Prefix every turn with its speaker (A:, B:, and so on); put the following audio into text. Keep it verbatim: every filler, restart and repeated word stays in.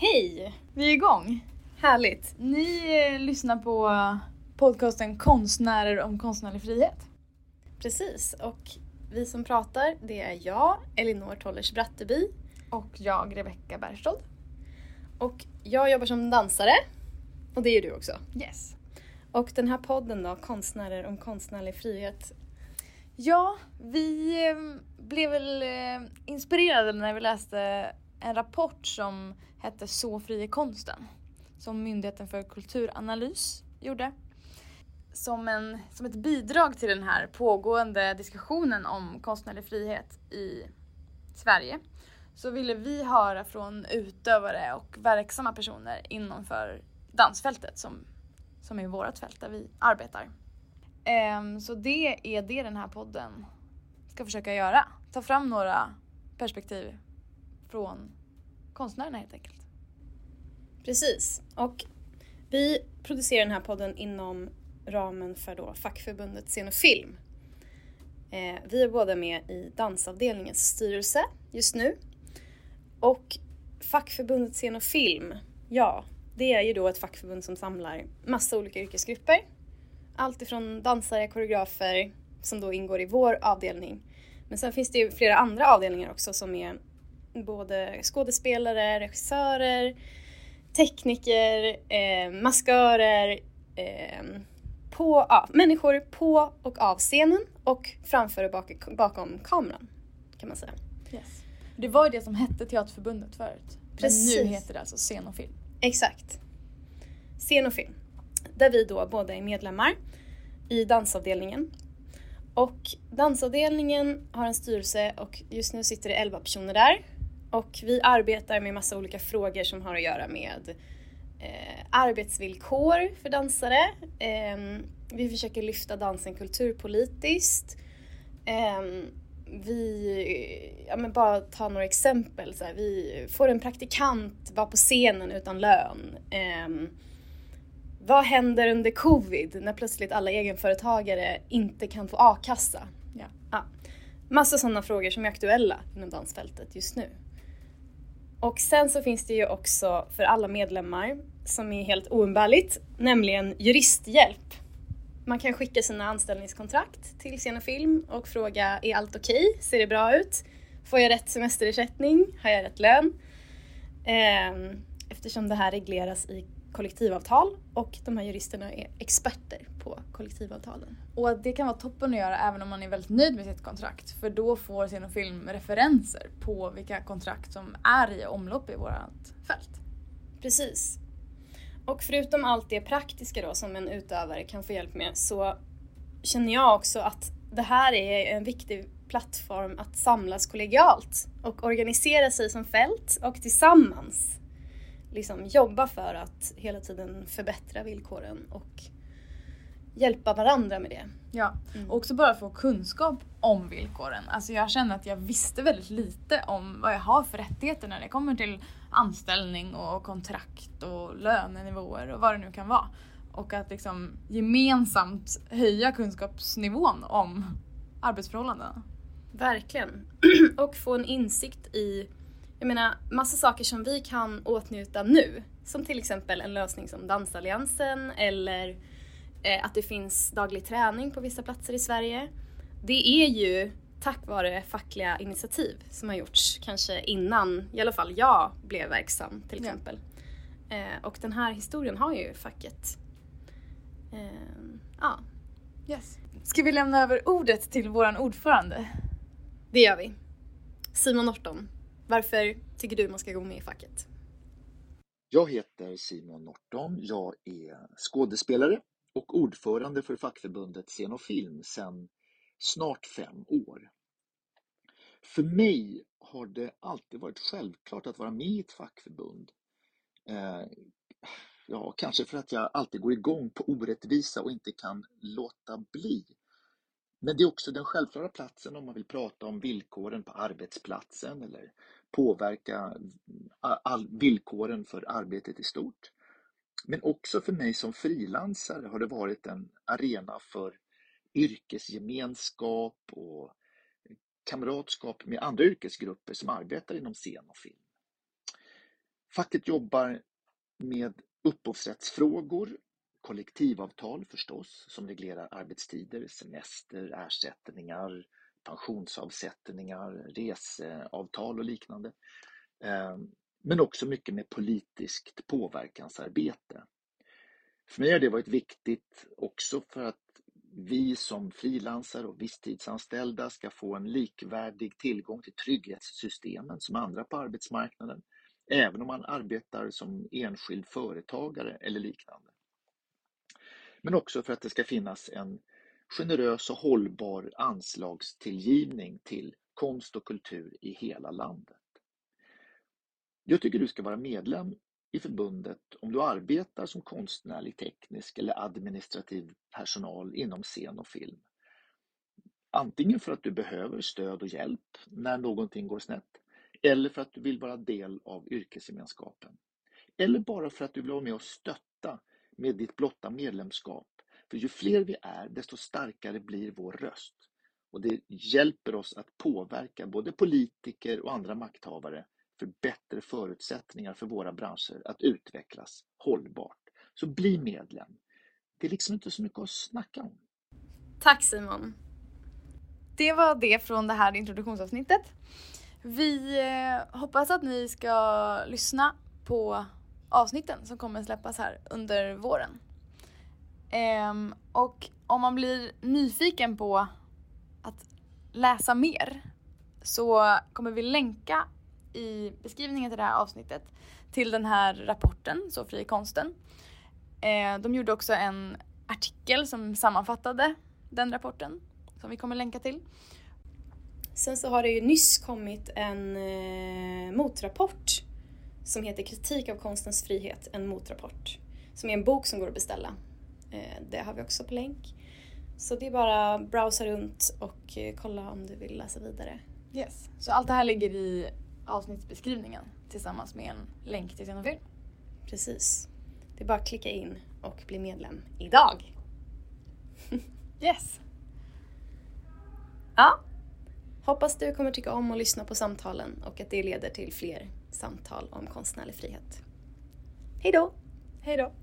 A: Hej!
B: Vi är igång.
A: Härligt.
B: Ni eh, lyssnar på podcasten Konstnärer om konstnärlig frihet.
A: Precis, och vi som pratar, det är jag, Elinor Tollers Bratteby.
B: Och jag, Rebecca Bergstad.
A: Och jag jobbar som dansare, och det är du också.
B: Yes.
A: Och den här podden då, Konstnärer om konstnärlig frihet.
B: Ja, vi eh, blev väl eh, inspirerade när vi läste en rapport som hette Så fri är konsten. Som Myndigheten för kulturanalys gjorde. Som, en, som ett bidrag till den här pågående diskussionen om konstnärlig frihet i Sverige. Så ville vi höra från utövare och verksamma personer inom för dansfältet som, som är vårt fält där vi arbetar. Um, så det är det den här podden ska försöka göra. Ta fram några perspektiv från konstnärerna helt enkelt.
A: Precis, och vi producerar den här podden inom ramen för då fackförbundet Scen och Film. Eh, vi är båda med i dansavdelningens styrelse just nu. Och fackförbundet Scen och Film, ja, det är ju då ett fackförbund som samlar massa olika yrkesgrupper. Allt ifrån dansare, koreografer som då ingår i vår avdelning. Men sen finns det ju flera andra avdelningar också som är både skådespelare, regissörer, tekniker, eh, maskörer, eh, på, ja, människor på och av scenen och framför och bak, bakom kameran kan man säga.
B: Yes. Det var ju det som hette Teaterförbundet förut.
A: Precis.
B: Men nu heter det alltså Scen och Film.
A: Exakt. Scen och Film. Där vi då båda är medlemmar i dansavdelningen. Och dansavdelningen har en styrelse och just nu sitter det elva personer där. Och vi arbetar med massa olika frågor som har att göra med eh, arbetsvillkor för dansare. Eh, vi försöker lyfta dansen kulturpolitiskt. Eh, vi, ja men bara ta några exempel. Så här, vi får en praktikant vara på scenen utan lön. Eh, vad händer under covid när plötsligt alla egenföretagare inte kan få a-kassa?
B: Ja.
A: Ja. Massa sådana frågor som är aktuella inom dansfältet just nu. Och sen så finns det ju också för alla medlemmar som är helt oumbärligt, nämligen juristhjälp. Man kan skicka sina anställningskontrakt till Scen och Film och fråga, är allt okej? Ser det bra ut? Får jag rätt semesterersättning? Har jag rätt lön? Eftersom det här regleras i kollektivavtal och de här juristerna är experter på kollektivavtalen.
B: Och det kan vara toppen att göra även om man är väldigt nöjd med sitt kontrakt. För då får Scen och Film referenser på vilka kontrakt som är i omlopp i vårt fält.
A: Precis. Och förutom allt det praktiska då som en utövare kan få hjälp med så känner jag också att det här är en viktig plattform att samlas kollegialt och organisera sig som fält och tillsammans liksom jobba för att hela tiden förbättra villkoren och hjälpa varandra med det.
B: Ja,
A: mm.
B: och också bara få kunskap om villkoren. Alltså jag känner att jag visste väldigt lite om vad jag har för rättigheter när det kommer till anställning och kontrakt och lönenivåer och vad det nu kan vara. Och att liksom gemensamt höja kunskapsnivån om arbetsförhållandena.
A: Verkligen. Och få en insikt i, jag menar, massa saker som vi kan åtnjuta nu. Som till exempel en lösning som Dansalliansen eller eh, att det finns daglig träning på vissa platser i Sverige. Det är ju tack vare fackliga initiativ som har gjorts kanske innan, i alla fall jag blev verksam till exempel. Ja. Eh, och den här historien har ju facket. Eh, ja.
B: Yes. Ska vi lämna över ordet till våran ordförande?
A: Det gör vi. Simon Norton. Varför tycker du man ska gå med i facket?
C: Jag heter Simon Norton. Jag är skådespelare och ordförande för fackförbundet Scen och Film sedan snart fem år. För mig har det alltid varit självklart att vara med i ett fackförbund. Eh, ja, kanske för att jag alltid går igång på orättvisa och inte kan låta bli. Men det är också den självklara platsen om man vill prata om villkoren på arbetsplatsen eller påverka all villkoren för arbetet i stort. Men också för mig som frilansare har det varit en arena för yrkesgemenskap och kamratskap med andra yrkesgrupper som arbetar inom scen och film. Facket jobbar med upphovsrättsfrågor, kollektivavtal förstås, som reglerar arbetstider, semester, ersättningar, pensionsavsättningar, reseavtal och liknande. Men också mycket med politiskt påverkansarbete. För mig har det varit viktigt också för att vi som frilansare och visstidsanställda ska få en likvärdig tillgång till trygghetssystemen som andra på arbetsmarknaden, även om man arbetar som enskild företagare eller liknande. Men också för att det ska finnas en generös och hållbar anslagstillgivning till konst och kultur i hela landet. Jag tycker du ska vara medlem i förbundet om du arbetar som konstnärlig, teknisk eller administrativ personal inom scen och film. Antingen för att du behöver stöd och hjälp när någonting går snett, eller för att du vill vara del av yrkesgemenskapen. Eller bara för att du vill vara med och stötta med ditt blotta medlemskap. För ju fler vi är, desto starkare blir vår röst. Och det hjälper oss att påverka både politiker och andra makthavare för bättre förutsättningar för våra branscher att utvecklas hållbart. Så bli medlem. Det är liksom inte så mycket att snacka om.
A: Tack Simon.
B: Det var det från det här introduktionsavsnittet. Vi eh, hoppas att ni ska lyssna på avsnitten som kommer släppas här under våren. Ehm, och om man blir nyfiken på att läsa mer så kommer vi länka i beskrivningen till det här avsnittet till den här rapporten, Så fri är konsten. Eh, de gjorde också en artikel som sammanfattade den rapporten som vi kommer länka till.
A: Sen så har det ju nyss kommit en eh, motrapport som heter Kritik av konstens frihet, en motrapport. Som är en bok som går att beställa. Eh, det har vi också på länk. Så det är bara att browsa runt och eh, kolla om du vill läsa vidare.
B: Yes. Så allt det här ligger i avsnittsbeskrivningen tillsammans med en länk till scen och film.
A: Precis. Det är bara att klicka in och bli medlem idag.
B: Yes.
A: Ja. Hoppas du kommer tycka om att lyssna på samtalen och att det leder till fler samtal om konstnärlig frihet. Hej då!
B: Hej då!